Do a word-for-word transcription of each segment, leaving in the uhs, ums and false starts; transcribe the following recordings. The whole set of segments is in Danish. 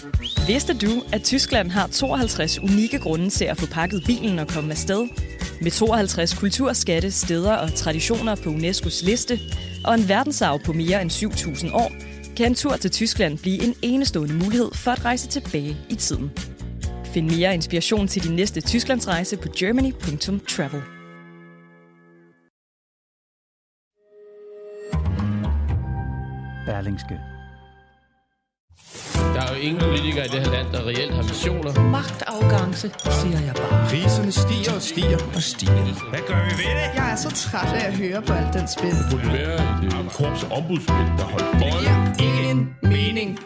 Vidste du, at Tyskland har tooghalvtreds unikke grunde til at få pakket bilen og komme afsted? Med tooghalvtreds kulturskatte, steder og traditioner på UNESCOs liste, og en verdensarv på mere end syv tusind år, kan en tur til Tyskland blive en enestående mulighed for at rejse tilbage i tiden. Find mere inspiration til din næste Tysklandsrejse på germany punktum travel. Berlingske. Der er jo ingen politikere i det her land, der reelt har missioner. Magtarrogance, siger jeg bare. Priserne stiger og stiger og stiger. Hvad gør vi ved det? Jeg er så træt af at høre på alt den spil. Det burde være et korps ombudsmænd, der holdt bold. Det giver ingen mening.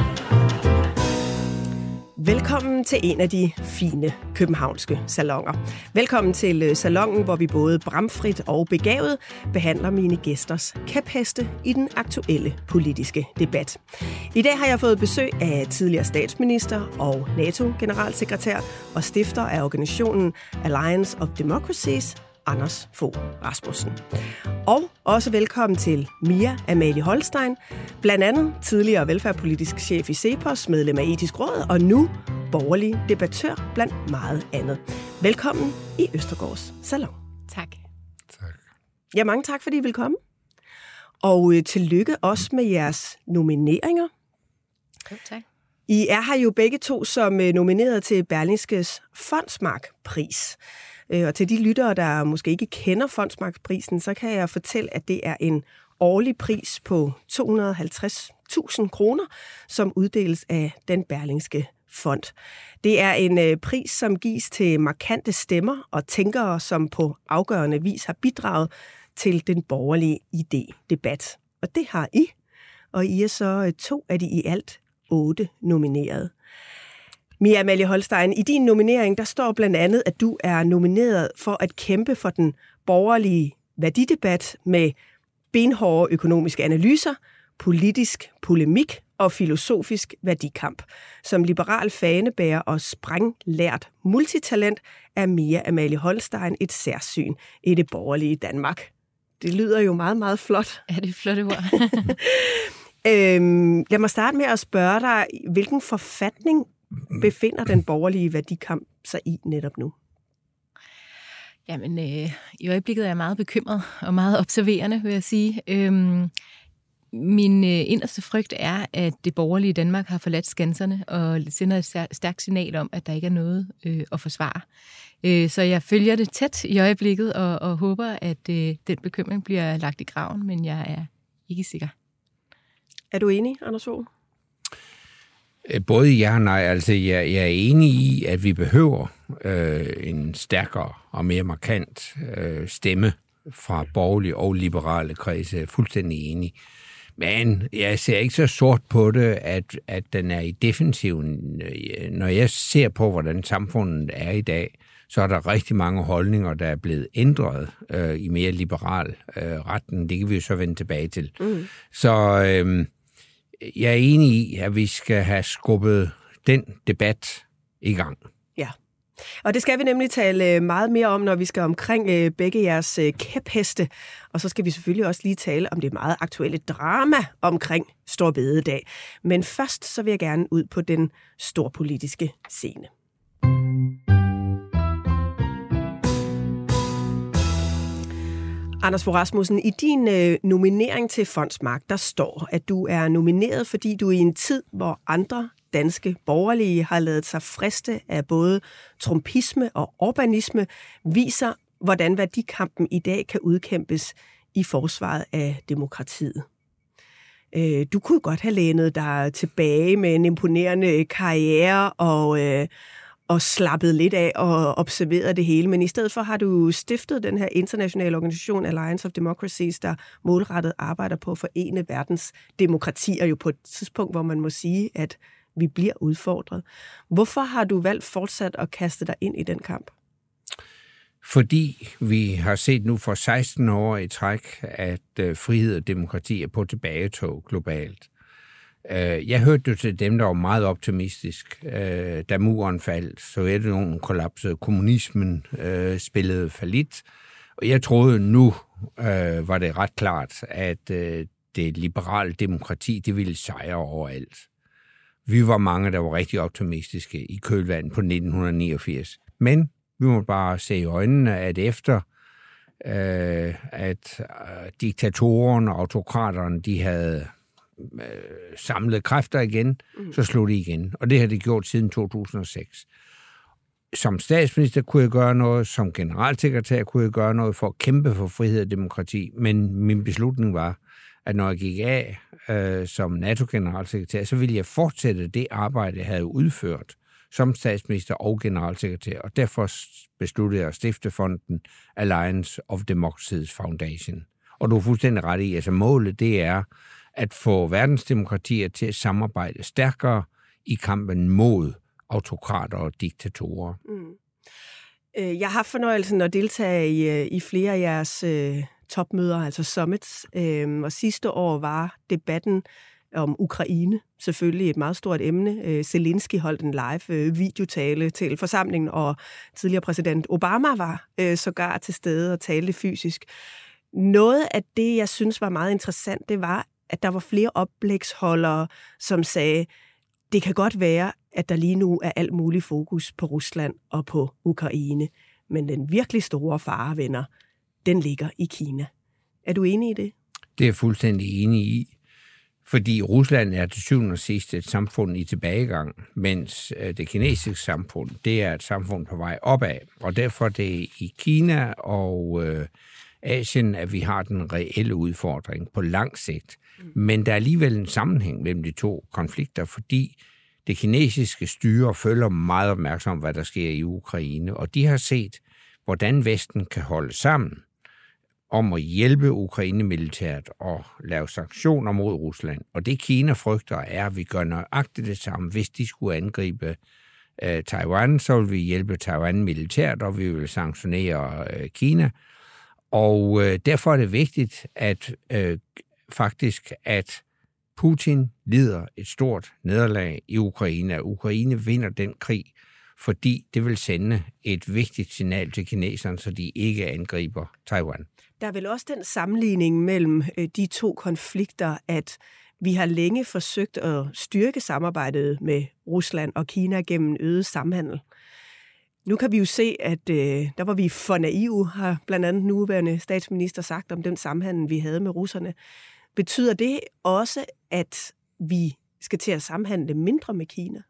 Velkommen til en af de fine københavnske salonger. Velkommen til salongen, hvor vi både bramfrit og begavet behandler mine gæsters kæpheste i den aktuelle politiske debat. I dag har jeg fået besøg af tidligere statsminister og NATO-generalsekretær og stifter af organisationen Alliance of Democracies, Anders Fogh Rasmussen. Og også velkommen til Mia Amalie Holstein, blandt andet tidligere velfærdspolitisk chef i CEPOS, medlem af Etisk Råd og nu borgerlig debattør blandt meget andet. Velkommen i Østergaards Salon. Tak. Tak. Ja, mange tak, fordi I vil komme. Og øh, tillykke også med jeres nomineringer. Jo, tak. I er her jo begge to som øh, nomineret til Berlingskes Fondsmark-pris. Og til de lyttere, der måske ikke kender Fondsmark-prisen, så kan jeg fortælle, at det er en årlig pris på to hundrede og halvtreds tusind kroner, som uddeles af den Berlingske Fond. Det er en øh, pris, som gives til markante stemmer og tænkere, som på afgørende vis har bidraget til den borgerlige idé-debat. Og det har I, og I er så øh, to af de i alt otte nominerede. Mia Amalie Holstein, i din nominering, der står blandt andet, at du er nomineret for at kæmpe for den borgerlige værdidebat med benhårde økonomiske analyser, politisk polemik og filosofisk værdikamp. Som liberal fanebærer og sprænglært multitalent er Mia Amalie Holstein et særsyn i det borgerlige Danmark. Det lyder jo meget, meget flot. Ja, det er flotte ord. øhm, lad mig starte med at spørge dig, hvilken forfatning befinder den borgerlige værdikamp sig i netop nu? Jamen, øh, i øjeblikket er jeg meget bekymret og meget observerende, vil jeg sige. Øhm, min øh, inderste frygt er, at det borgerlige Danmark har forladt skanserne og sender et stærkt signal om, at der ikke er noget øh, at forsvare. Øh, så jeg følger det tæt i øjeblikket og, og håber, at øh, den bekymring bliver lagt i graven, men jeg er ikke sikker. Er du enig, Anders Fogh? Både ja og nej. Altså, jeg, jeg er enig i, at vi behøver øh, en stærkere og mere markant øh, stemme fra borgerlige og liberale kredse. Jeg er fuldstændig enig. Men jeg ser ikke så sort på det, at, at den er i defensiven. Når jeg ser på, hvordan samfundet er i dag, så er der rigtig mange holdninger, der er blevet ændret øh, i mere liberal øh, retning. Det kan vi jo så vende tilbage til. Mm. Så Øh, jeg er enig i, at vi skal have skubbet den debat i gang. Ja, og det skal vi nemlig tale meget mere om, når vi skal omkring begge jeres kæpheste. Og så skal vi selvfølgelig også lige tale om det meget aktuelle drama omkring Store Bededag. Men først så vil jeg gerne ud på den storpolitiske scene. Anders Fogh Rasmussen, i din øh, nominering til Fondsmark, der står, at du er nomineret, fordi du i en tid, hvor andre danske borgerlige har ladet sig friste af både trumpisme og urbanisme, viser, hvordan værdikampen i dag kan udkæmpes i forsvaret af demokratiet. Øh, du kunne godt have lænet dig tilbage med en imponerende karriere og... Øh, og slappet lidt af og observeret det hele. Men i stedet for har du stiftet den her internationale organisation Alliance of Democracies, der målrettet arbejder på at forene verdens demokratier, jo på et tidspunkt, hvor man må sige, at vi bliver udfordret. Hvorfor har du valgt fortsat at kaste dig ind i den kamp? Fordi vi har set nu for seksten år i træk, at øh, frihed og demokrati er på tilbagetog globalt. Jeg hørte jo til dem, der var meget optimistisk, da muren faldt, Sovjetunionen kollapsede, kommunismen øh, spillede fallit. Og jeg troede nu øh, var det ret klart, at øh, det liberale demokrati, det ville sejre overalt. Vi var mange, der var rigtig optimistiske i kølvandet på nitten niogfirs. Men vi må bare se i øjnene, at efter øh, at øh, diktatorerne og autokraterne, de havde øh, samlet kræfter igen, mm. så slog de igen. Og det har de gjort siden to tusind og seks. Som statsminister kunne jeg gøre noget, som generalsekretær kunne jeg gøre noget for at kæmpe for frihed og demokrati, men min beslutning var, at når jeg gik af øh, som NATO-generalsekretær, så ville jeg fortsætte det arbejde, jeg havde udført som statsminister og generalsekretær, og derfor besluttede jeg at stifte fonden Alliance of Democracies Foundation. Og du er fuldstændig ret i, altså målet det er at få verdensdemokratier til at samarbejde stærkere i kampen mod autokrater og diktatorer. Mm. Jeg har fornøjelsen at deltage i, i flere af jeres øh, topmøder, altså summits, øh, og sidste år var debatten om Ukraine selvfølgelig et meget stort emne. Zelensky holdt en live videotale til forsamlingen, og tidligere præsident Obama var øh, sågar til stede og talte fysisk. Noget af det, jeg synes var meget interessant, det var, at der var flere oplægsholdere, som sagde, det kan godt være, at der lige nu er alt muligt fokus på Rusland og på Ukraine, men den virkelig store fare, venner, den ligger i Kina. Er du enig i det? Det er jeg fuldstændig enig i. Fordi Rusland er til syvende og sidst et samfund i tilbagegang, mens det kinesiske samfund, det er et samfund på vej opad. Og derfor er det i Kina og øh, Asien, at vi har den reelle udfordring på lang sigt. Men der er alligevel en sammenhæng mellem de to konflikter, fordi det kinesiske styre følger meget opmærksom, hvad der sker i Ukraine, og de har set, hvordan Vesten kan holde sammen om at hjælpe Ukraine militært og lave sanktioner mod Rusland. Og det Kina frygter er, at vi gør nøjagtigt det samme. Hvis de skulle angribe øh, Taiwan, så vil vi hjælpe Taiwan militært, og vi vil sanktionere øh, Kina. Og øh, derfor er det vigtigt, at øh, faktisk, at Putin lider et stort nederlag i Ukraine, at Ukraine vinder den krig, fordi det vil sende et vigtigt signal til kineserne, så de ikke angriber Taiwan. Der er vel også den sammenligning mellem de to konflikter, at vi har længe forsøgt at styrke samarbejdet med Rusland og Kina gennem øget samhandel. Nu kan vi jo se, at øh, der var vi for naive, har blandt andet nuværende statsminister sagt om den samhandel, vi havde med russerne. Betyder det også, at vi skal til at samhandle mindre med Kina?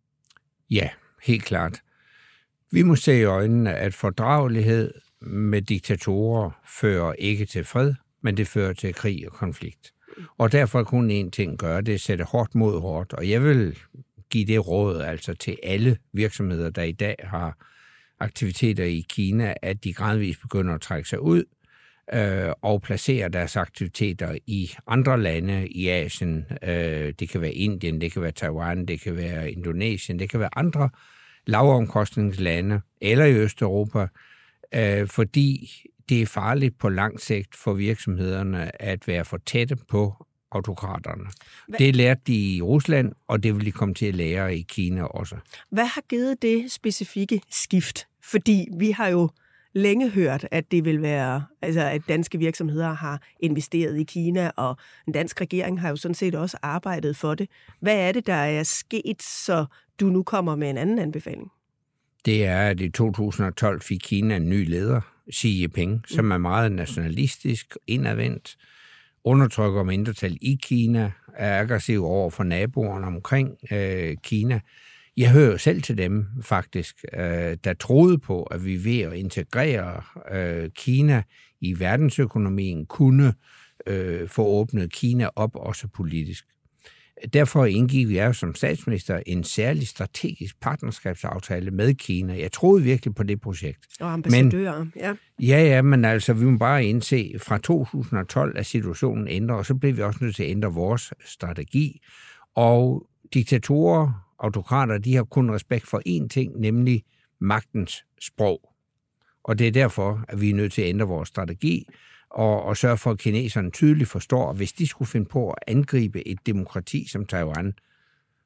Ja, helt klart. Vi må se i øjnene, at fordragelighed med diktatorer fører ikke til fred, men det fører til krig og konflikt. Og derfor kun én ting gøre, det er at sætte hårdt mod hårdt. Og jeg vil give det råd altså til alle virksomheder, der i dag har aktiviteter i Kina, at de gradvist begynder at trække sig ud øh, og placere deres aktiviteter i andre lande i Asien. Øh, det kan være Indien, det kan være Taiwan, det kan være Indonesien, det kan være andre lavomkostningslande eller i Østeuropa, øh, fordi det er farligt på lang sigt for virksomhederne at være for tætte på autokraterne. Hvad? Det lærte de i Rusland, og det vil de komme til at lære i Kina også. Hvad har givet det specifikke skift? Fordi vi har jo længe hørt, at det vil være, altså at danske virksomheder har investeret i Kina, og en dansk regering har jo sådan set også arbejdet for det. Hvad er det, der er sket, så du nu kommer med en anden anbefaling? Det er, at i to tusind og tolv fik Kina en ny leder, Xi Jinping, som mm. er meget nationalistisk, indadvendt, undertrykker mindretal i Kina, er aggressiv over for naboerne omkring øh, Kina. Jeg hører selv til dem, faktisk, øh, der troede på, at vi ved at integrere øh, Kina i verdensøkonomien kunne øh, få åbnet Kina op, også politisk. Derfor indgik vi jo som statsminister en særlig strategisk partnerskabsaftale med Kina. Jeg troede virkelig på det projekt. Og ambassadører, ja. Ja, ja, men altså, vi må bare indse, fra to tusind og tolv er situationen ændret, og så blev vi også nødt til at ændre vores strategi. Og diktatorer, autokrater, de har kun respekt for én ting, nemlig magtens sprog. Og det er derfor, at vi er nødt til at ændre vores strategi, og, og sørge for, at kineserne tydeligt forstår, at hvis de skulle finde på at angribe et demokrati som Taiwan,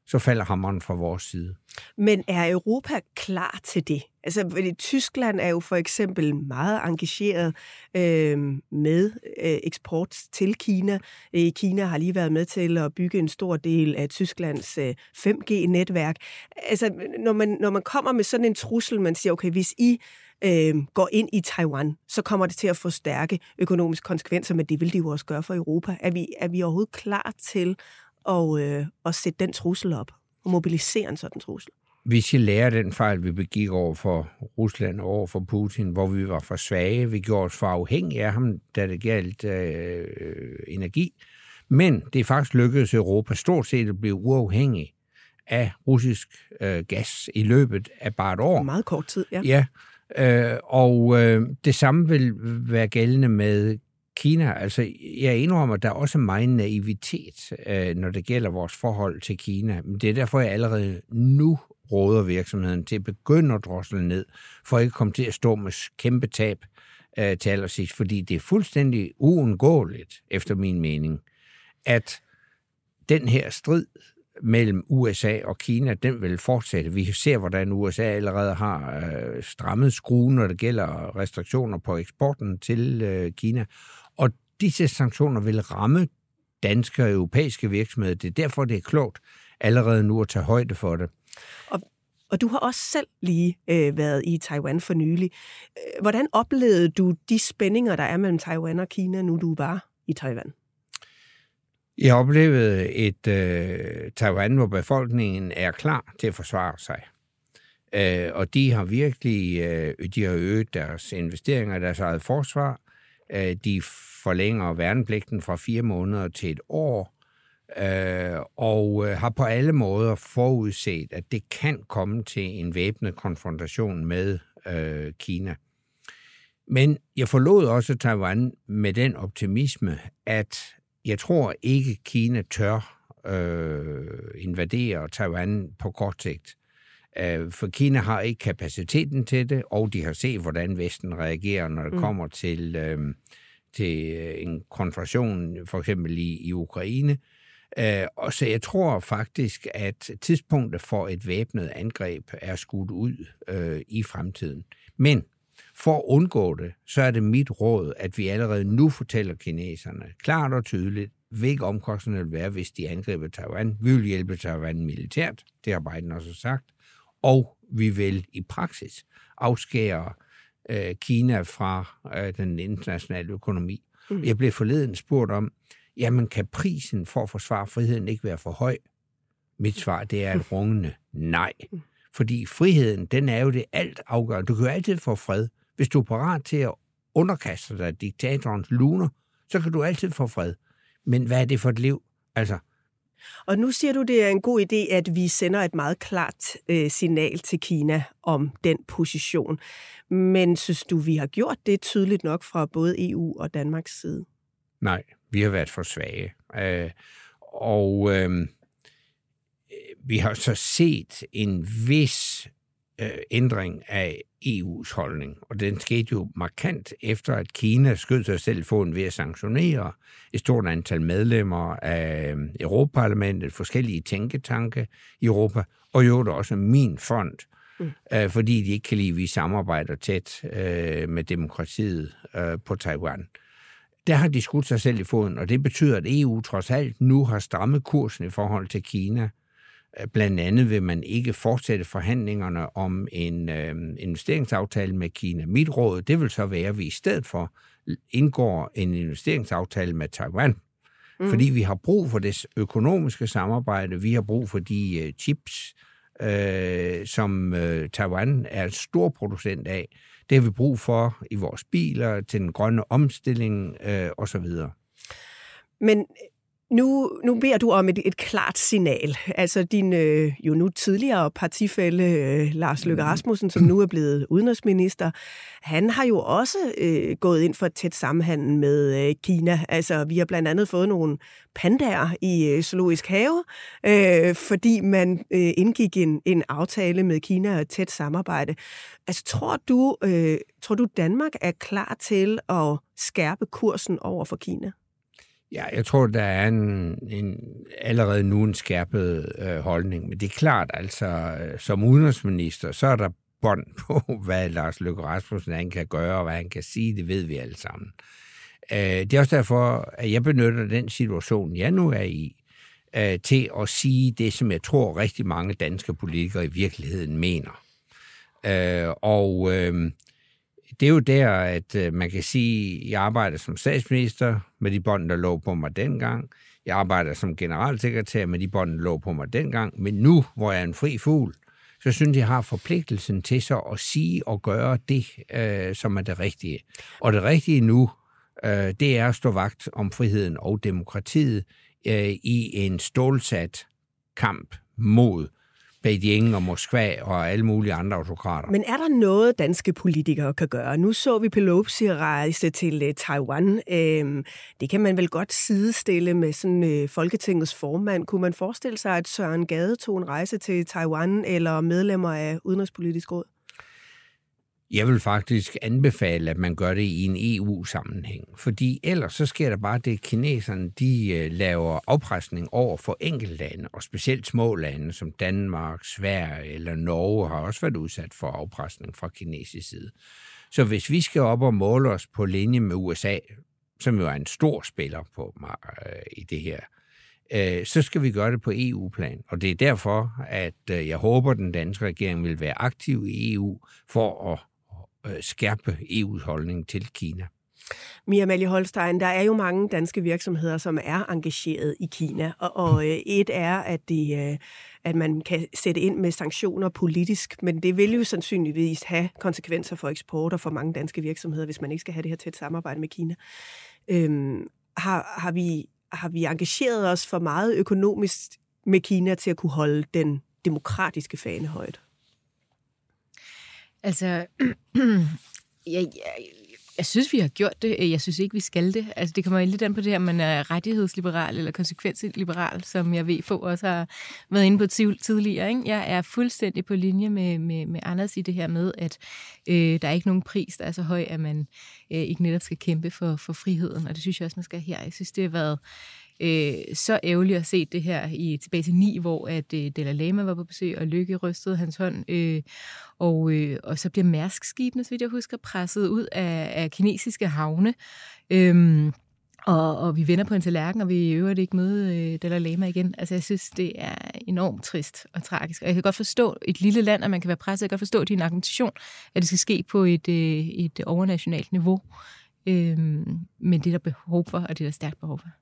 så falder hammeren fra vores side. Men er Europa klar til det? Altså, Tyskland er jo for eksempel meget engageret øh, med øh, eksport til Kina. Øh, Kina har lige været med til at bygge en stor del af Tysklands øh, fem G-netværk. Altså, når man, når man kommer med sådan en trussel, man siger, okay, hvis I øh, går ind i Taiwan, så kommer det til at få stærke økonomiske konsekvenser, men det vil de jo også gøre for Europa. Er vi, er vi overhovedet klar til at, øh, at sætte den trussel op og mobilisere en sådan trussel? Vi skal lære den fejl, vi begik over for Rusland og over for Putin, hvor vi var for svage. Vi gjorde os for afhængige af ham, da det galt øh, energi. Men det er faktisk lykkedes Europa stort set at blive uafhængig af russisk øh, gas i løbet af bare et år. Meget kort tid, ja. Ja, øh, og øh, det samme vil være gældende med Kina. Altså, jeg indrømmer, at der er også meget naivitet, øh, når det gælder vores forhold til Kina. Men det er derfor, jeg allerede nu råder virksomheden til at begynde at drosle ned, for ikke at komme til at stå med kæmpe tab øh, til allersidst, fordi det er fuldstændig uundgåeligt, efter min mening, at den her strid mellem U S A og Kina, den vil fortsætte. Vi ser, hvordan U S A allerede har øh, strammet skruen, når det gælder restriktioner på eksporten til øh, Kina, og disse sanktioner vil ramme danske og europæiske virksomheder. Det er derfor, det er klogt allerede nu at tage højde for det. Og, og du har også selv lige øh, været i Taiwan for nylig. Hvordan oplevede du de spændinger, der er mellem Taiwan og Kina, nu du var i Taiwan? Jeg oplevede et øh, Taiwan, hvor befolkningen er klar til at forsvare sig. Øh, og de har virkelig øh, de har øget deres investeringer i deres eget forsvar. Øh, de forlænger værnepligten fra fire måneder til et år. Øh, og øh, har på alle måder forudset, at det kan komme til en væbnet konfrontation med øh, Kina. Men jeg forlod også Taiwan med den optimisme, at jeg tror ikke, Kina tør øh, invadere Taiwan på kort sigt. Øh, for Kina har ikke kapaciteten til det, og de har set, hvordan Vesten reagerer, når det mm. kommer til, øh, til en konfrontation, for eksempel i, i Ukraine. Øh, og så jeg tror faktisk, at tidspunktet for et væbnet angreb er skudt ud øh, i fremtiden. Men for at undgå det, så er det mit råd, at vi allerede nu fortæller kineserne klart og tydeligt, hvilke omkostninger vil være, hvis de angriber Taiwan. Vi vil hjælpe Taiwan militært, det har Biden også sagt, og vi vil i praksis afskære øh, Kina fra øh, den internationale økonomi. Mm. Jeg blev forleden spurgt om, jamen kan prisen for at forsvare friheden ikke være for høj? Mit svar, det er et rungende nej. Fordi friheden, den er jo det alt afgørende. Du kan jo altid få fred. Hvis du er parat til at underkaste dig diktatorens luner, så kan du altid få fred. Men hvad er det for et liv? Altså. Og nu siger du, det er en god idé, at vi sender et meget klart øh, signal til Kina om den position. Men synes du, vi har gjort det tydeligt nok fra både E U og Danmarks side? Nej, vi har været for svage. Øh, og øh, vi har så set en vis øh, ændring af E U's holdning, og den skete jo markant efter, at Kina skød sig selv foden ved at sanktionere et stort antal medlemmer af Europaparlamentet, forskellige tænketanke i Europa, og jo også min fond, mm. øh, fordi de ikke kan lide, at vi samarbejder tæt øh, med demokratiet øh, på Taiwan. Der har de skudt sig selv i foden, og det betyder, at E U trods alt nu har strammet kursen i forhold til Kina. Blandt andet vil man ikke fortsætte forhandlingerne om en øh, investeringsaftale med Kina. Mit råd, det vil så være, at vi i stedet for indgår en investeringsaftale med Taiwan. Mm. Fordi vi har brug for det økonomiske samarbejde, vi har brug for de øh, chips, øh, som øh, Taiwan er en stor producent af. Det har vi brug for i vores biler, til den grønne omstilling øh, osv. Men Nu, nu beder du om et, et klart signal. Altså din øh, jo nu tidligere partifælle øh, Lars Løkke Rasmussen, som nu er blevet udenrigsminister, han har jo også øh, gået ind for et tæt samhandel med øh, Kina. Altså vi har blandt andet fået nogle pandaer i øh, Zoologisk Have, øh, fordi man øh, indgik en, en aftale med Kina og et tæt samarbejde. Altså tror du, øh, tror du Danmark er klar til at skærpe kursen over for Kina? Ja, jeg tror, der er en, en allerede nu en skærpet øh, holdning. Men det er klart, altså øh, som udenrigsminister, så er der bånd på, hvad Lars Løkke Rasmussen han kan gøre, og hvad han kan sige. Det ved vi alle sammen. Øh, det er også derfor, at jeg benytter den situation, jeg nu er i, øh, til at sige det, som jeg tror rigtig mange danske politikere i virkeligheden mener. Øh, og øh, det er jo der, at øh, man kan sige, at jeg arbejder som statsminister med de bånd, der lå på mig dengang. Jeg arbejder som generalsekretær med de bånd, der lå på mig dengang. Men nu, hvor jeg er en fri fugl, så synes jeg, jeg har forpligtelsen til så at sige og gøre det, øh, som er det rigtige. Og det rigtige nu, øh, det er at stå vagt om friheden og demokratiet øh, i en stålsat kamp mod Beijing og Moskva og alle mulige andre autokrater. Men er der noget, danske politikere kan gøre? Nu så vi Pelosi rejse til uh, Taiwan. Øhm, det kan man vel godt sidestille med sådan uh, Folketingets formand. Kunne man forestille sig, at Søren Gade tog en rejse til Taiwan eller medlemmer af Udenrigspolitisk Råd? Jeg vil faktisk anbefale, at man gør det i en E U-sammenhæng, fordi ellers så sker der bare det, at kineserne de laver afpresning over for enkeltlande, og specielt små lande som Danmark, Sverige eller Norge har også været udsat for afpresning fra kinesisk side. Så hvis vi skal op og måle os på linje med U S A, som jo er en stor spiller på øh, i det her, øh, så skal vi gøre det på E U-plan. Og det er derfor, at øh, jeg håber, at den danske regering vil være aktiv i E U for at skærpe E U's holdning til Kina. Mia-Amalie Holstein, der er jo mange danske virksomheder, som er engageret i Kina, og, og et er, at, det, at man kan sætte ind med sanktioner politisk, men det vil jo sandsynligvis have konsekvenser for eksport og for mange danske virksomheder, hvis man ikke skal have det her tæt samarbejde med Kina. Øhm, har, har, vi, har vi engageret os for meget økonomisk med Kina til at kunne holde den demokratiske fane højt? Altså, jeg, jeg, jeg synes, vi har gjort det. Jeg synes ikke, vi skal det. Altså, det kommer jo lidt an på det her, om man er rettighedsliberal eller konsekvensliberal, som jeg ved, få også har været inde på tidligere. Ikke? Jeg er fuldstændig på linje med, med, med Anders i det her med, at øh, der er ikke nogen pris, der er så høj, at man øh, ikke netop skal kæmpe for, for friheden. Og det synes jeg også, man skal her. Jeg synes, det har været Øh, så ærgerligt at se det her i tilbage til ni, hvor at øh, Dalai Lama var på besøg, og Løkke rystede hans hånd, øh, og, øh, og så bliver Mærsk-skibene, så vidt jeg husker, presset ud af, af kinesiske havne, øh, og, og vi vender på en tallerken, og vi i øvrigt ikke møde øh, Dalai Lama igen. Altså, jeg synes, det er enormt trist og tragisk, og jeg kan godt forstå et lille land, at man kan være presset. Jeg kan godt forstå din argumentation, at det skal ske på et, øh, et overnationalt niveau, øh, men det er der behov for, og det er der stærkt behov for.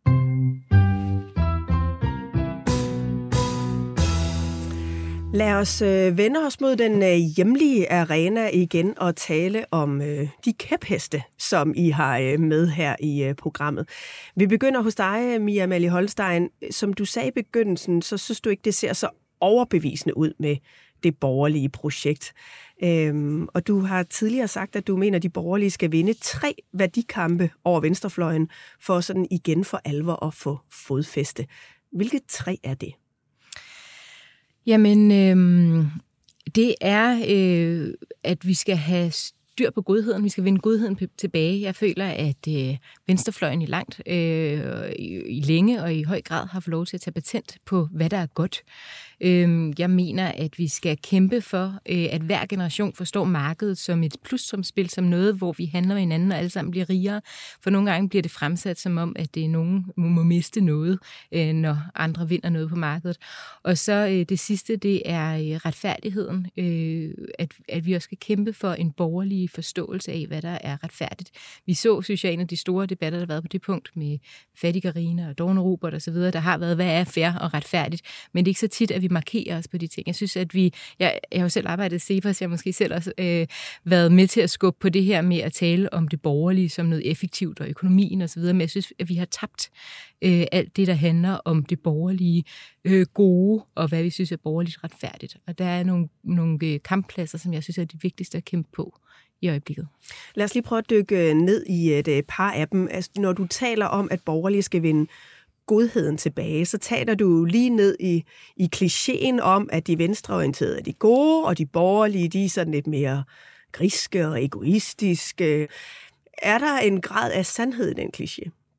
Lad os øh, vende os mod den øh, hjemlige arena igen og tale om øh, de kæpheste, som I har øh, med her i øh, programmet. Vi begynder hos dig, Mia-Amalie Holstein. Som du sagde i begyndelsen, så synes du ikke, det ser så overbevisende ud med det borgerlige projekt. Øhm, og du har tidligere sagt, at du mener, at de borgerlige skal vinde tre værdikampe over venstrefløjen, for sådan igen for alvor at få fodfæste. Hvilke tre er det? Jamen, øh, det er, øh, at vi skal have styr på godheden. Vi skal vinde godheden p- tilbage. Jeg føler, at øh, venstrefløjen i langt, øh, i, i længe og i høj grad har fået lov til at tage patent på, hvad der er godt. Øh, jeg mener, at vi skal kæmpe for, øh, at hver generation forstår markedet som et plussumspil, som noget, hvor vi handler med hinanden og alle sammen bliver rigere. For nogle gange bliver det fremsat som om, at det er nogen må miste noget, øh, når andre vinder noget på markedet. Og så øh, det sidste, det er øh, retfærdigheden. Øh, at, at vi også skal kæmpe for en borgerlig forståelse af, hvad der er retfærdigt. Vi så, synes jeg, en af de store debatter, der har været på det punkt med Fattig Carina og Dorne Robert og så videre, der har været, hvad er fair og retfærdigt, men det er ikke så tit, at vi markerer os på de ting. Jeg synes, at vi, jeg, jeg har jo selv arbejdet i CEPOS, jeg har måske selv også øh, været med til at skubbe på det her med at tale om det borgerlige som noget effektivt og økonomien og så videre, men jeg synes, at vi har tabt øh, alt det, der handler om det borgerlige øh, gode, og hvad vi synes er borgerligt retfærdigt. Og der er nogle, nogle øh, kamppladser, som jeg synes er det vigtigste at kæmpe på i øjeblikket. Lad os lige prøve at dykke ned i et par af dem. Altså, når du taler om, at borgerlige skal vinde godheden tilbage, så taler du lige ned i, i klichéen om, at de venstreorienterede er de gode, og de borgerlige, de er sådan lidt mere griske og egoistiske. Er der en grad af sandhed i den kliché?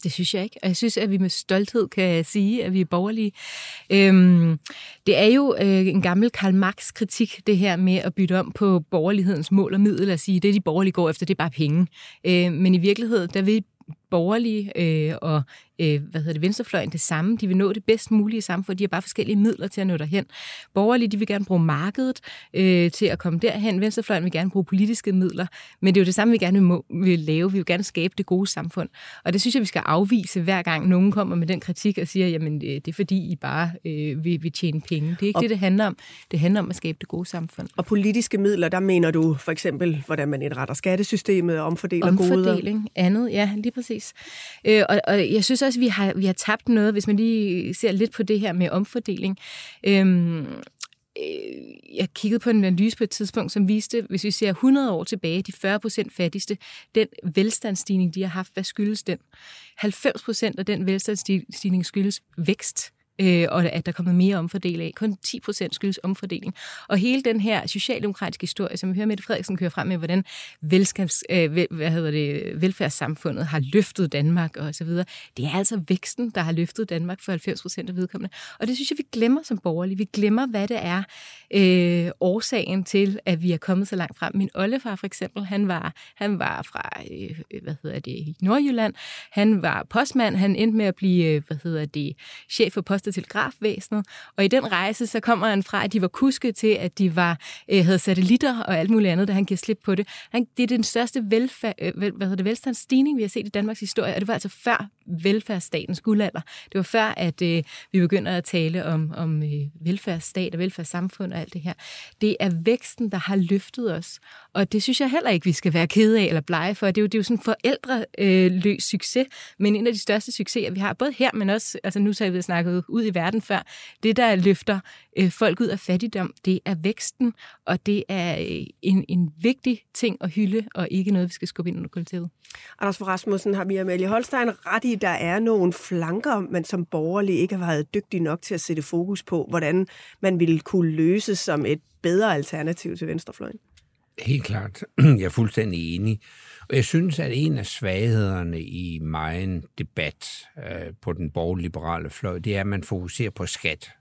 Det synes jeg ikke, og jeg synes, at vi med stolthed kan sige, at vi er borgerlige. Øhm, det er jo øh, en gammel Karl Marx-kritik, det her med at bytte om på borgerlighedens mål og middel, og sige, det de borgerlige går efter, det er bare penge. Øh, men i virkeligheden, der vil borgerlige øh, og øh, hvad hedder det, venstrefløjen det samme. De vil nå det bedst mulige samfund. De har bare forskellige midler til at nå derhen. Borgerlige, de vil gerne bruge markedet øh, til at komme derhen. Venstrefløjen vil gerne bruge politiske midler. Men det er jo det samme, vi gerne vil, vil lave. Vi vil gerne skabe det gode samfund. Og det synes jeg, vi skal afvise, hver gang nogen kommer med den kritik og siger, jamen det er fordi, I bare øh, vil, vil tjene penge. Det er ikke og, det, det handler om. Det handler om at skabe det gode samfund. Og politiske midler, der mener du for eksempel, hvordan man indretter skattesystemet og omfordeler Omfordeling, goder? Omfordeling, andet, ja, lige præcis. Øh, og, og jeg synes også, vi har, vi har tabt noget, hvis man lige ser lidt på det her med omfordeling. Øhm, øh, jeg kiggede på en analyse på et tidspunkt, som viste, hvis vi ser hundrede år tilbage, de fyrre procent fattigste, den velstandsstigning, de har haft, hvad skyldes den? halvfems procent af den velstandsstigning skyldes vækst. Øh, og at der er kommet mere omfordeling af. Kun ti procent skyldes omfordeling. Og hele den her socialdemokratiske historie, som vi hører Mette Frederiksen køre frem med, hvordan velskabs, øh, vel, hvad hedder det, velfærdssamfundet har løftet Danmark og så videre. Det er altså væksten, der har løftet Danmark for halvfems procent af vedkommende. Og det synes jeg, vi glemmer som borgerlige. Vi glemmer, hvad det er øh, årsagen til, at vi er kommet så langt frem. Min oldefar for eksempel, han var, han var fra øh, hvad hedder det, Nordjylland. Han var postmand. Han endte med at blive hvad hedder det, chef for post- og telegrafvæsenet. Og i den rejse, så kommer han fra, at de var kuske til, at de var, øh, havde satellitter og alt muligt andet, da han giver slip på det. Han, det er den største velfærd, øh, hvad hedder det, velstandsstigning, vi har set i Danmarks historie, og det var altså før velfærdsstatens guldalder. Det var før, at øh, vi begynder at tale om, om øh, velfærdsstat og velfærdssamfund og alt det her. Det er væksten, der har løftet os, og det synes jeg heller ikke, vi skal være kede af eller blege for. Det er jo, det er jo sådan en forældreløs øh, succes, men en af de største succeser, vi har, både her, men også, altså nu så har vi snakket ud i verden før, det der løfter øh, folk ud af fattigdom, det er væksten, og det er øh, en, en vigtig ting at hylde, og ikke noget, vi skal skubbe ind under kollektivet. Anders Fogh Rasmussen, har vi Amalie Holstein ret i, der er nogle flanker, man som borgerlig ikke har været dygtig nok til at sætte fokus på, hvordan man ville kunne løse som et bedre alternativ til venstrefløjen? Helt klart. Jeg er fuldstændig enig. Og jeg synes, at en af svaghederne i megen debat øh, på den borgerliberale fløj, det er, at man fokuserer på skat.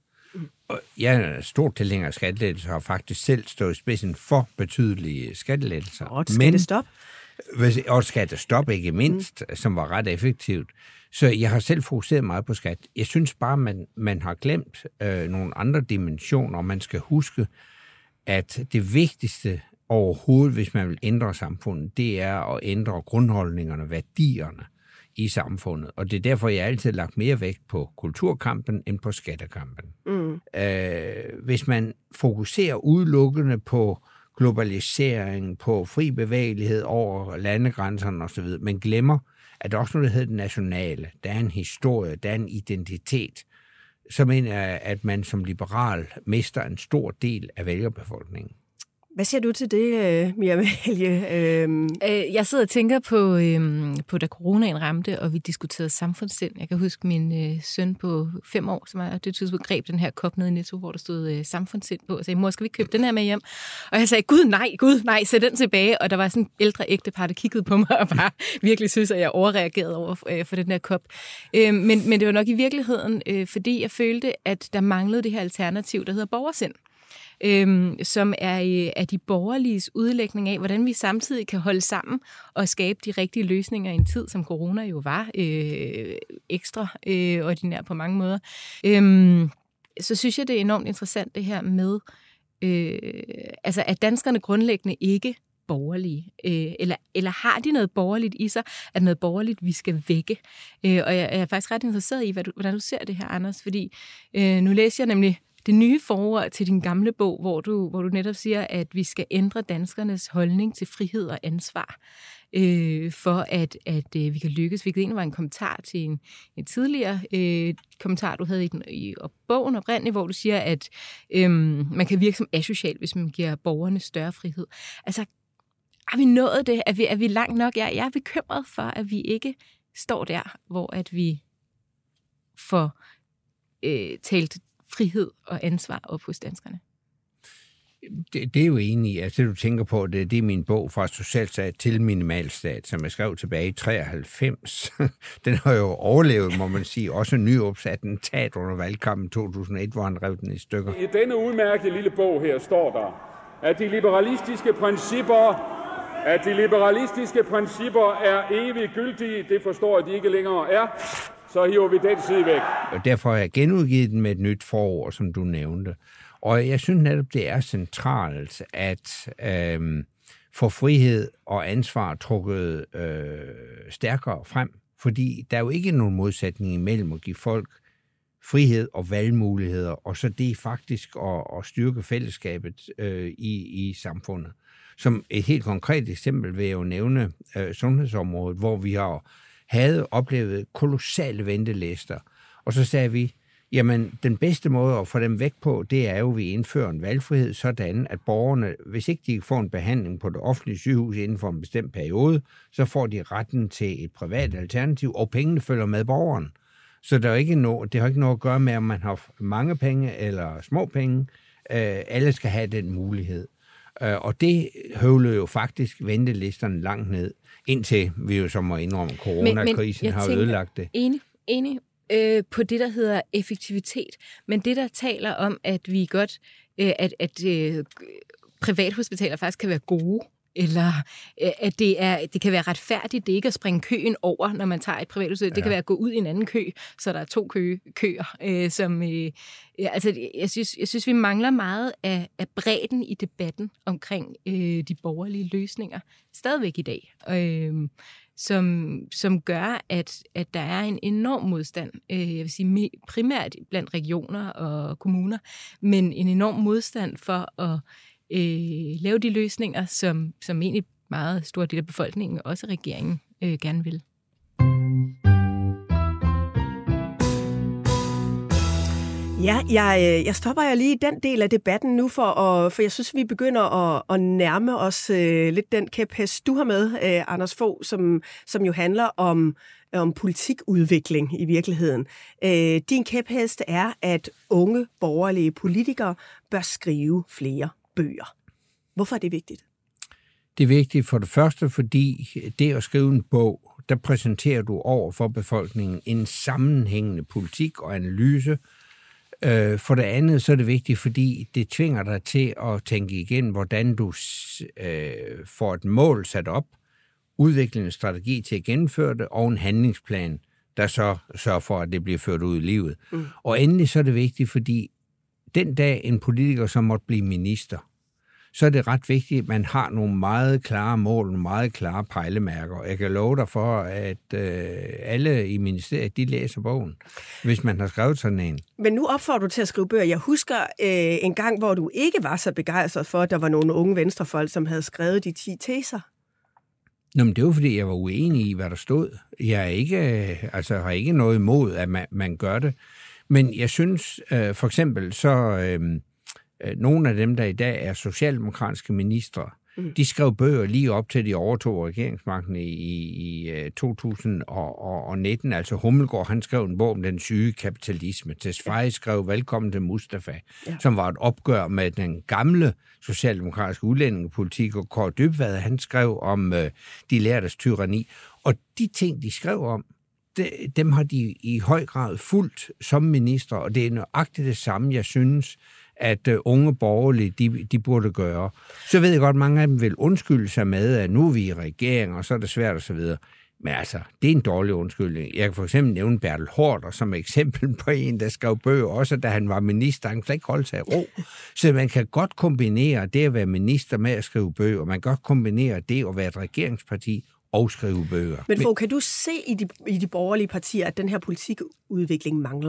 Og jeg er stor tilhænger af skattelettelser, og har faktisk selv stået i spidsen for betydelige skattelettelser. Og et skattestop. Og et skattestop, ikke mindst, mm. som var ret effektivt. Så jeg har selv fokuseret meget på skat. Jeg synes bare, man, man har glemt øh, nogle andre dimensioner, og man skal huske, at det vigtigste overhovedet, hvis man vil ændre samfundet, det er at ændre grundholdningerne, værdierne i samfundet. Og det er derfor, jeg altid har lagt mere vægt på kulturkampen end på skattekampen. Mm. Øh, hvis man fokuserer udelukkende på globalisering, på fri bevægelighed over landegrænserne osv., men glemmer, at der også noget, der hedder det nationale. Der er en historie, der er en identitet, så mener jeg, at man som liberal mister en stor del af vælgerbefolkningen. Hvad siger du til det, Mia Amalie? Øhm... Jeg sidder og tænker på, øhm, på, da coronaen ramte, og vi diskuterede samfundssind. Jeg kan huske min øh, søn på fem år, som er det tidspunkt greb den her kop nede i Netto, hvor der stod øh, samfundssind på, og sagde, mor, skal vi købe den her med hjem? Og jeg sagde, gud nej, gud nej, sæt den tilbage. Og der var sådan en ældre ægtepar, der kiggede på mig og bare virkelig synes, at jeg overreagerede over øh, for den her kop. Øh, men, men det var nok i virkeligheden, øh, fordi jeg følte, at der manglede det her alternativ, der hedder borgersind. Øhm, som er, er de borgerliges udlægning af, hvordan vi samtidig kan holde sammen og skabe de rigtige løsninger i en tid, som corona jo var øh, ekstra øh, ordinær på mange måder. Øhm, så synes jeg, det er enormt interessant det her med, øh, altså at danskerne grundlæggende ikke borgerlige, øh, eller, eller har de noget borgerligt i sig, at noget borgerligt, vi skal vække. Øh, og jeg, jeg er faktisk ret interesseret i, hvad du, hvordan du ser det her, Anders, fordi øh, nu læser jeg nemlig det nye forord til din gamle bog, hvor du, hvor du netop siger, at vi skal ændre danskernes holdning til frihed og ansvar, øh, for at, at øh, vi kan lykkes. Hvilket egentlig var en kommentar til en, en tidligere øh, kommentar, du havde i, den, i bogen oprindeligt, hvor du siger, at øh, man kan virke som asocial, hvis man giver borgerne større frihed. Altså, har vi nået det? Er vi, er vi langt nok? Jeg, jeg er bekymret for, at vi ikke står der, hvor at vi får øh, talt frihed og ansvar op hos danskerne. Det, det er jo enig i. Altså, det du tænker på, det, det er min bog fra socialstat til minimalstat, som jeg skrev tilbage i treoghalvfems. Den har jo overlevet, må man sige, også Nyrups attentat under valgkampen to tusind og et, hvor han rev den i stykker. I denne udmærkede lille bog her står der, at de liberalistiske principper, at de liberalistiske principper er evigt gyldige. Det forstår jeg, de ikke længere er. Så hiver vi den side væk. Og derfor har jeg genudgivet den med et nyt forord, som du nævnte. Og jeg synes netop, det er centralt at øh, få frihed og ansvar trukket øh, stærkere frem. Fordi der er jo ikke nogen modsætning imellem at give folk frihed og valgmuligheder, og så det faktisk at, at styrke fællesskabet øh, i, i samfundet. Som et helt konkret eksempel vil jeg jo nævne øh, sundhedsområdet, hvor vi har havde oplevet kolossale ventelister. Og så sagde vi, jamen den bedste måde at få dem væk på, det er jo, at vi indfører en valgfrihed, sådan at borgerne, hvis ikke de får en behandling på det offentlige sygehus inden for en bestemt periode, så får de retten til et privat alternativ, og pengene følger med borgeren. Så der er ikke noget, det har ikke noget at gøre med, om man har mange penge eller små penge. Øh, alle skal have den mulighed. Øh, og det høvlede jo faktisk ventelisterne langt ned, indtil vi jo så må indrømme, at coronakrisen har tænker, ødelagt det. Enig, enig øh, på det, der hedder effektivitet. Men det, der taler om, at vi godt, øh, at, at øh, privathospitaler faktisk kan være gode, eller at det, er, det kan være retfærdigt, det ikke at springe køen over, når man tager et privathospital. Ja. Det kan være at gå ud i en anden kø, så der er to kø, køer. Øh, som, øh, altså, jeg, synes, jeg synes, vi mangler meget af, af bredden i debatten omkring øh, de borgerlige løsninger, stadigvæk i dag, øh, som, som gør, at, at der er en enorm modstand, øh, jeg vil sige primært blandt regioner og kommuner, men en enorm modstand for at Øh, lave de løsninger, som, som egentlig meget stor del af befolkningen, også regeringen, øh, gerne vil. Ja, jeg, jeg stopper jeg lige i den del af debatten nu, for, at, for jeg synes, vi begynder at, at nærme os øh, lidt den kæphest, du har med, øh, Anders Fogh, som, som jo handler om, om politikudvikling i virkeligheden. Øh, din kæphest er, at unge borgerlige politikere bør skrive flere bøger. Hvorfor er det vigtigt? Det er vigtigt for det første, fordi det at skrive en bog, der præsenterer du over for befolkningen en sammenhængende politik og analyse. For det andet så er det vigtigt, fordi det tvinger dig til at tænke igen, hvordan du får et mål sat op, udvikle en strategi til at gennemføre det, og en handlingsplan, der så sørger for, at det bliver ført ud i livet. Mm. Og endelig så er det vigtigt, fordi den dag en politiker, som måtte blive minister, så er det ret vigtigt, at man har nogle meget klare mål, nogle meget klare pejlemærker. Jeg kan love dig for, at øh, alle i ministeriet, de læser bogen, hvis man har skrevet sådan en. Men nu opfordrer du til at skrive bøger. Jeg husker øh, en gang, hvor du ikke var så begejstret for, at der var nogle unge venstrefolk, som havde skrevet de ti teser. Nå, men det var, fordi jeg var uenig i, hvad der stod. Jeg er ikke, altså, har ikke noget imod, at man, man gør det. Men jeg synes, øh, for eksempel, så øh, nogle af dem, der i dag er socialdemokratiske ministre, mm. de skrev bøger lige op til, de overtog regeringsmagten i, i, i to tusind og nitten. Altså Hummelgaard, han skrev en bog om den syge kapitalisme. Tesfaye skrev Velkommen til Mustafa, ja. Som var et opgør med den gamle socialdemokratiske udlændingepolitik, og Kåre Dybvad, han skrev om øh, de lærtes tyranni. Og de ting, de skrev om, dem har de i høj grad fulgt som minister, og det er nøjagtigt det samme, jeg synes, at unge borgerlige, de, de burde gøre. Så ved jeg godt, mange af dem vil undskylde sig med, at nu er vi i regering, og så er det svært og så videre. Men altså, det er en dårlig undskyldning. Jeg kan for eksempel nævne Bertel Haarder som eksempel på en, der skrev bøger, også da han var minister. Han kan ikke holde sig i ro. Så man kan godt kombinere det at være minister med at skrive bøger. Man kan godt kombinere det at være et regeringsparti og skrive bøger. Men Fogh, kan du se i de, i de borgerlige partier, at den her politikudvikling mangler?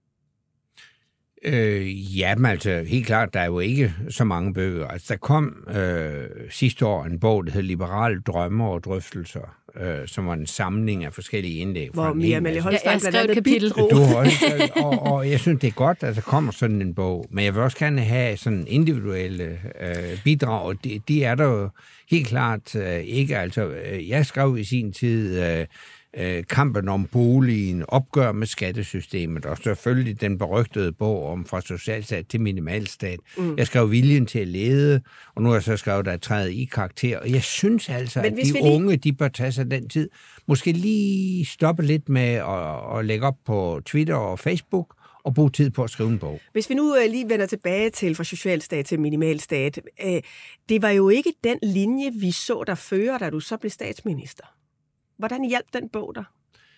Øh, jamen altså, helt klart, der er jo ikke så mange bøger. Altså, der kom øh, sidste år en bog, der hed Liberale drømme og drøftelser, øh, som var en samling af forskellige indlæg. Hvor Mia Amalie Holstein jeg skrev et kapitel. Du også, og, og jeg synes, det er godt, at der kommer sådan en bog. Men jeg vil også gerne have sådan individuelle øh, bidrag, og de, de er der jo helt klart øh, ikke. Altså, øh, jeg skrev i sin tid... Øh, øh, kampen om boligen, opgør med skattesystemet, og selvfølgelig den berygtede bog om fra socialstat til minimalstat. Mm. Jeg skrev Viljen til at lede, og nu har jeg så skrevet, der er træet i karakter. Og jeg synes altså, Men at de lige... unge, de bør tage sig den tid. Måske lige stoppe lidt med at, at lægge op på Twitter og Facebook, og bruge tid på at skrive en bog. Hvis vi nu lige vender tilbage til fra socialstat til minimalstat, øh, det var jo ikke den linje, vi så der fører, da du så blev statsminister. Hvordan hjalp den bog dig?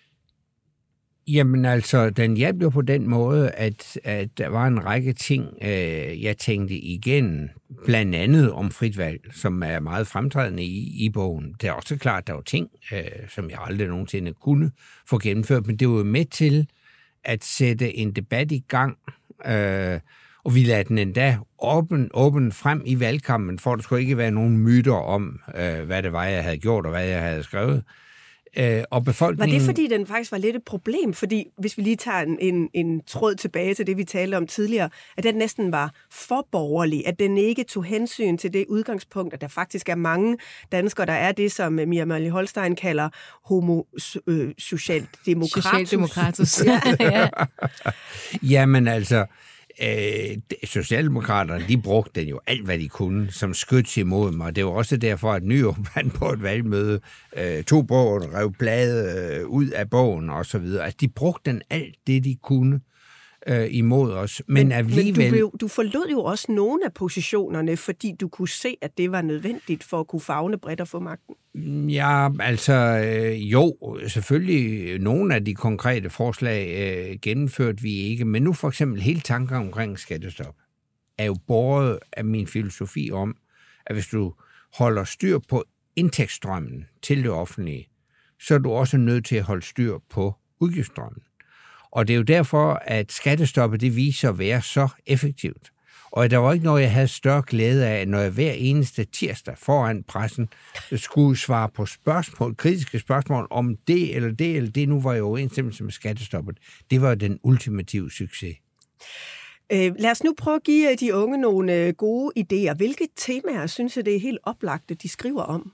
Jamen altså, den hjalp jo på den måde, at, at der var en række ting, øh, jeg tænkte igen, blandt andet om frit valg, som er meget fremtrædende i, i bogen. Det er også klart, at der var ting, øh, som jeg aldrig nogensinde kunne få gennemført, men det var jo med til at sætte en debat i gang, øh, og vi lader den endda åben, åben frem i valgkampen, for der skulle ikke være nogen myter om, øh, hvad det var, jeg havde gjort, og hvad jeg havde skrevet. Øh, og befolkningen... Var det, fordi den faktisk var lidt et problem? Fordi hvis vi lige tager en, en, en tråd tilbage til det, vi talte om tidligere, at den næsten var for borgerlig, at den ikke tog hensyn til det udgangspunkt, at der faktisk er mange danskere, der er det, som Mia Amalie Holstein kalder homo øh, socialdemokratus. Socialdemokratus, ja. ja. Jamen altså... Øh, Socialdemokraterne, de brugte den jo alt, hvad de kunne, som skyts imod mig. Det var også derfor, at Nyrup han på et valgmøde øh, tog bogen, rev bladet øh, ud af bogen og så videre. Altså, de brugte den alt det, de kunne øh, imod os. Men, men alligevel... Men du, blev, du forlod jo også nogle af positionerne, fordi du kunne se, at det var nødvendigt for at kunne favne bredt og få magten. Ja, altså øh, jo, selvfølgelig nogle af de konkrete forslag øh, gennemførte vi ikke, men nu for eksempel hele tanken omkring skattestop er jo båret af min filosofi om, at hvis du holder styr på indtægtsstrømmen til det offentlige, så er du også nødt til at holde styr på udgiftsstrømmen. Og det er jo derfor, at skattestoppet det viser at være så effektivt. Og der var ikke noget, jeg havde større glæde af, når jeg hver eneste tirsdag foran pressen skulle svare på spørgsmål, kritiske spørgsmål om det eller det eller det, nu var jeg overensstemmelse med skattestoppet. Det var den ultimative succes. Øh, lad os nu prøve at give de unge nogle gode idéer. Hvilke temaer synes jeg, det er helt oplagte, de skriver om?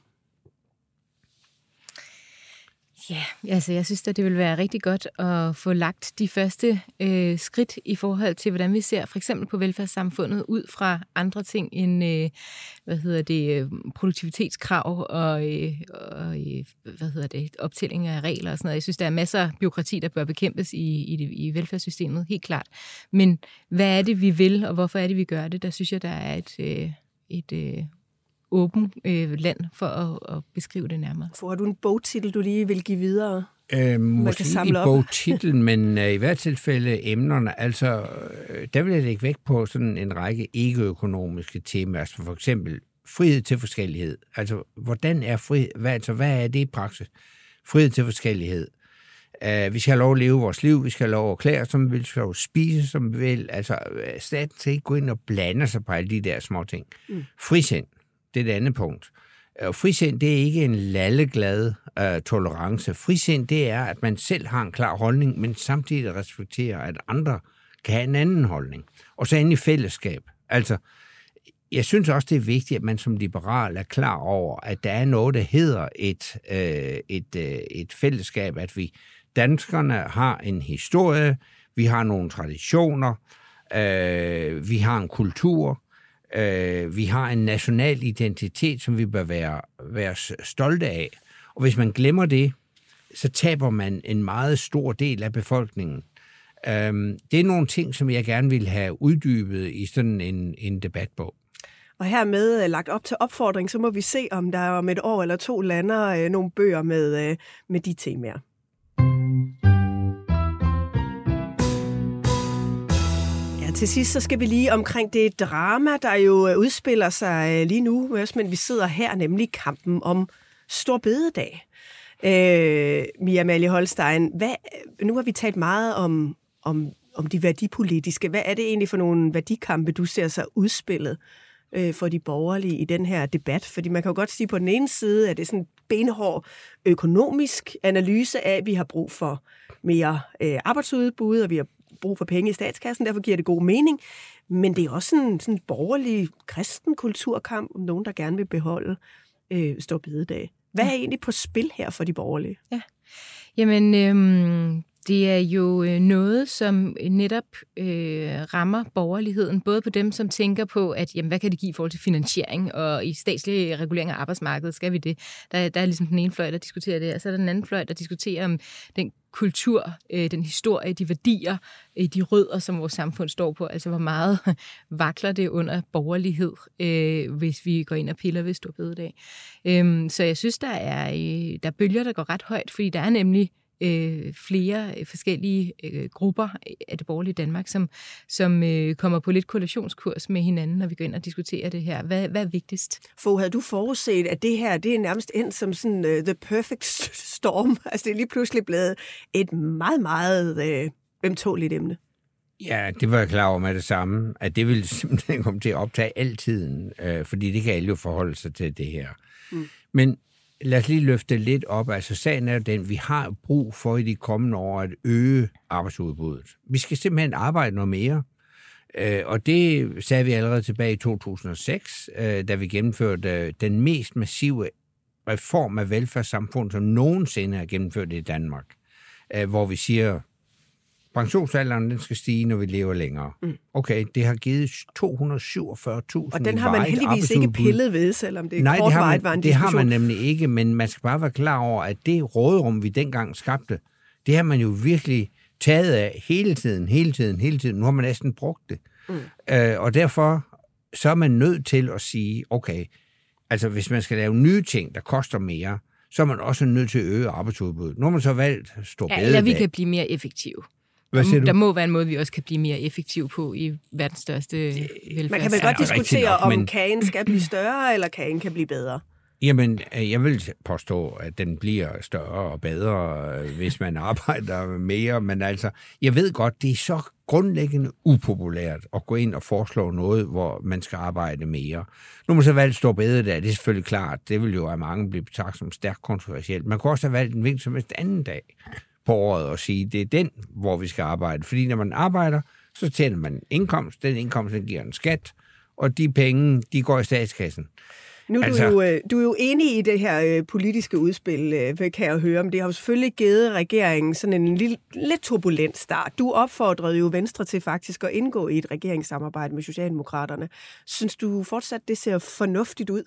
Ja, altså jeg synes, at det vil være rigtig godt at få lagt de første øh, skridt i forhold til, hvordan vi ser for eksempel på velfærdssamfundet ud fra andre ting end øh, hvad hedder det, produktivitetskrav og, øh, og hvad hedder det, optælling af regler og sådan noget. Jeg synes, der er masser af bureaukrati, der bør bekæmpes i, i, det, i velfærdssystemet, helt klart. Men hvad er det, vi vil, og hvorfor er det, vi gør det? Der synes jeg, der er et... Øh, et øh, åben øh, land for at, at beskrive det nærmere. For har du en bogtitel, du lige vil give videre? Øh, måske ikke i bogtitlen, men øh, i hvert tilfælde emnerne. Altså, øh, der vil jeg lægge vægt på sådan en række ikke-økonomiske temaer. Altså for eksempel frihed til forskellighed. Altså, hvordan er frihed? Hvad, altså, hvad er det i praksis? Frihed til forskellighed. Uh, vi skal have lov at leve vores liv, vi skal have lov at klæde, som vi vil, vi skal have lov at spise, som vi vil. Altså, staten skal ikke gå ind og blande sig på alle de der små ting. Mm. Frisind. Det er det andet punkt. Og frisind, det er ikke en lalleglad uh, tolerance. Frisind, det er, at man selv har en klar holdning, men samtidig respekterer, at andre kan have en anden holdning. Og så endelig fællesskab. Altså, jeg synes også, det er vigtigt, at man som liberal er klar over, at der er noget, der hedder et, øh, et, øh, et fællesskab, at vi danskerne har en historie, vi har nogle traditioner, øh, vi har en kultur, øh, vi har en national identitet, som vi bør være, være stolte af. Og hvis man glemmer det, så taber man en meget stor del af befolkningen. Øh, det er nogle ting, som jeg gerne vil have uddybet i sådan en, en debatbog. Og hermed lagt op til opfordring, så må vi se, om der om et år eller to lander øh, nogle bøger med, øh, med de temaer. Ja, til sidst så skal vi lige omkring det drama, der jo udspiller sig lige nu, men vi sidder her, nemlig kampen om Store Bededag. Øh, Mia Amalie Holstein, hvad, nu har vi talt meget om, om, om de værdipolitiske. Hvad er det egentlig for nogle værdikampe, du ser sig udspillet for de borgerlige i den her debat? Fordi man kan jo godt sige på den ene side, at det er sådan en benhård økonomisk analyse af, at vi har brug for mere øh, arbejdsudbud, og vi har brug for penge i statskassen, derfor giver det god mening. Men det er også sådan en borgerlig kristen kulturkamp, om nogen, der gerne vil beholde øh, Store Bededag. Hvad er egentlig på spil her for de borgerlige? Ja. Jamen, øhm, det er jo noget, som netop øh, rammer borgerligheden, både på dem, som tænker på, at jamen, hvad kan det give i forhold til finansiering, og i statslig regulering af arbejdsmarkedet, skal vi det? Der, der er ligesom den ene fløj, der diskuterer det, og så er der den anden fløj, der diskuterer om den kultur, øh, den historie, de værdier, øh, de rødder, som vores samfund står på, altså hvor meget vakler det under borgerlighed, øh, hvis vi går ind og piller ved store bededag. Øh, så jeg synes, der er, øh, der er bølger, der går ret højt, fordi der er nemlig Øh, flere forskellige øh, grupper af det borgerlige Danmark, som, som øh, kommer på lidt koalitionskurs med hinanden, når vi går ind og diskuterer det her. Hvad, hvad er vigtigst? For havde du forudset, at det her, det er nærmest endt som sådan uh, the perfect storm? Altså det er lige pludselig blevet et meget, meget øh, ømtåligt emne. Ja, det var jeg klar over med det samme, at det ville simpelthen komme til at optage altiden, øh, fordi det kan alle jo forholde sig til det her. Mm. Men lad os lige løfte lidt op. Altså sagen er den, vi har brug for i de kommende år at øge arbejdsudbuddet. Vi skal simpelthen arbejde noget mere. Og det sagde vi allerede tilbage i to tusind og seks, da vi gennemførte den mest massive reform af velfærdssamfundet, som nogensinde er gennemført i Danmark. Hvor vi siger, pensionsalderen den skal stige, når vi lever længere. Mm. Okay, det har givet to hundrede og syvogfyrre tusind. Og den har man heldigvis ikke pillet ved, selvom det Nej, kortvarigt var en diskussion. diskussion. Det har man nemlig ikke, men man skal bare være klar over, at det råderum, vi dengang skabte, det har man jo virkelig taget af hele tiden, hele tiden, hele tiden. Nu har man næsten brugt det. Mm. Øh, og derfor så er man nødt til at sige, okay, altså hvis man skal lave nye ting, der koster mere, så er man også nødt til at øge arbejdsudbuddet. Nu har man så valgt stor ja, bededag. Eller vi kan blive mere effektive. Der må være en måde, vi også kan blive mere effektive på i verdens største velfærd. Man kan vel godt diskutere, nok, om men... kagen skal blive større, eller kagen kan blive bedre? Jamen, jeg vil påstå, at den bliver større og bedre, hvis man arbejder mere. Men altså, jeg ved godt, det er så grundlæggende upopulært at gå ind og foreslå noget, hvor man skal arbejde mere. Nu må man så valgt stor bededag, det er selvfølgelig klart. Det vil jo af mange blive betragtet som stærkt kontroversielt. Man kunne også have valgt en hvilken som helst anden dag på året og sige, det er den, hvor vi skal arbejde. Fordi når man arbejder, så tjener man indkomst. Den indkomst, den giver en skat, og de penge, de går i statskassen. Nu er altså, du, jo, du er jo enig i det her politiske udspil, kan jeg høre, men det har jo selvfølgelig givet regeringen sådan en lille, lidt turbulent start. Du opfordrede jo Venstre til faktisk at indgå i et regeringssamarbejde med Socialdemokraterne. Synes du fortsat, det ser fornuftigt ud?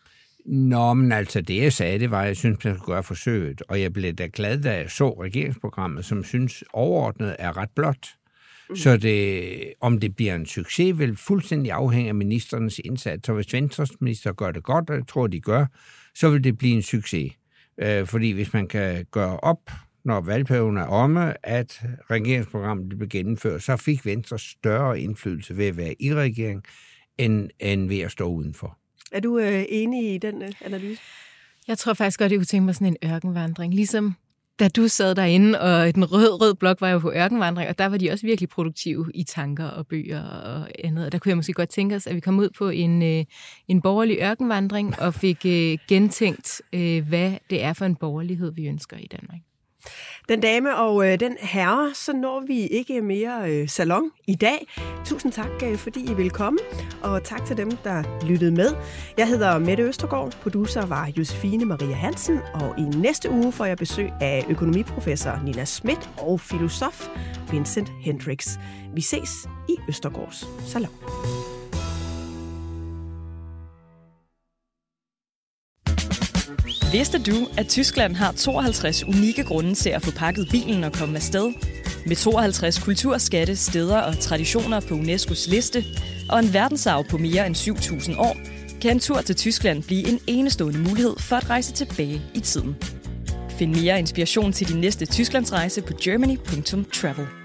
Nå, men altså det, jeg sagde, det var, at jeg synes, man skulle gøre forsøget. Og jeg blev da glad, da jeg så regeringsprogrammet, som synes overordnet er ret blot. Mm. Så det, om det bliver en succes, vil fuldstændig afhænge af ministerens indsats. Så hvis Venstres minister gør det godt, og jeg tror, de gør, så vil det blive en succes. Øh, fordi hvis man kan gøre op, når valgperioden er omme, at regeringsprogrammet bliver gennemført, så fik Venstre større indflydelse ved at være i regering, end, end ved at stå udenfor. Er du øh, enig i den øh, analyse? Jeg tror faktisk godt, jeg kunne tænke mig sådan en ørkenvandring. Ligesom da du sad derinde, og den rød, rød blok var jo på ørkenvandring, og der var de også virkelig produktive i tanker og bøger og andet. Og der kunne jeg måske godt tænke os, at vi kom ud på en, øh, en borgerlig ørkenvandring og fik øh, gentænkt, øh, hvad det er for en borgerlighed, vi ønsker i Danmark. Den dame og øh, den herre, så når vi ikke mere øh, salon i dag. Tusind tak, øh, fordi I vil komme, og tak til dem, der lyttede med. Jeg hedder Mette Østergaard, producer var Josefine Maria Hansen, og i næste uge får jeg besøg af økonomiprofessor Nina Schmidt og filosof Vincent Hendricks. Vi ses i Østergaards salon. Vidste du, at Tyskland har tooghalvtreds unikke grunde til at få pakket bilen og komme afsted? Med tooghalvtreds kulturskatte, steder og traditioner på UNESCO's liste og en verdensarv på mere end syv tusind år, kan en tur til Tyskland blive en enestående mulighed for at rejse tilbage i tiden. Find mere inspiration til din næste Tysklandsrejse på germany punktum travel.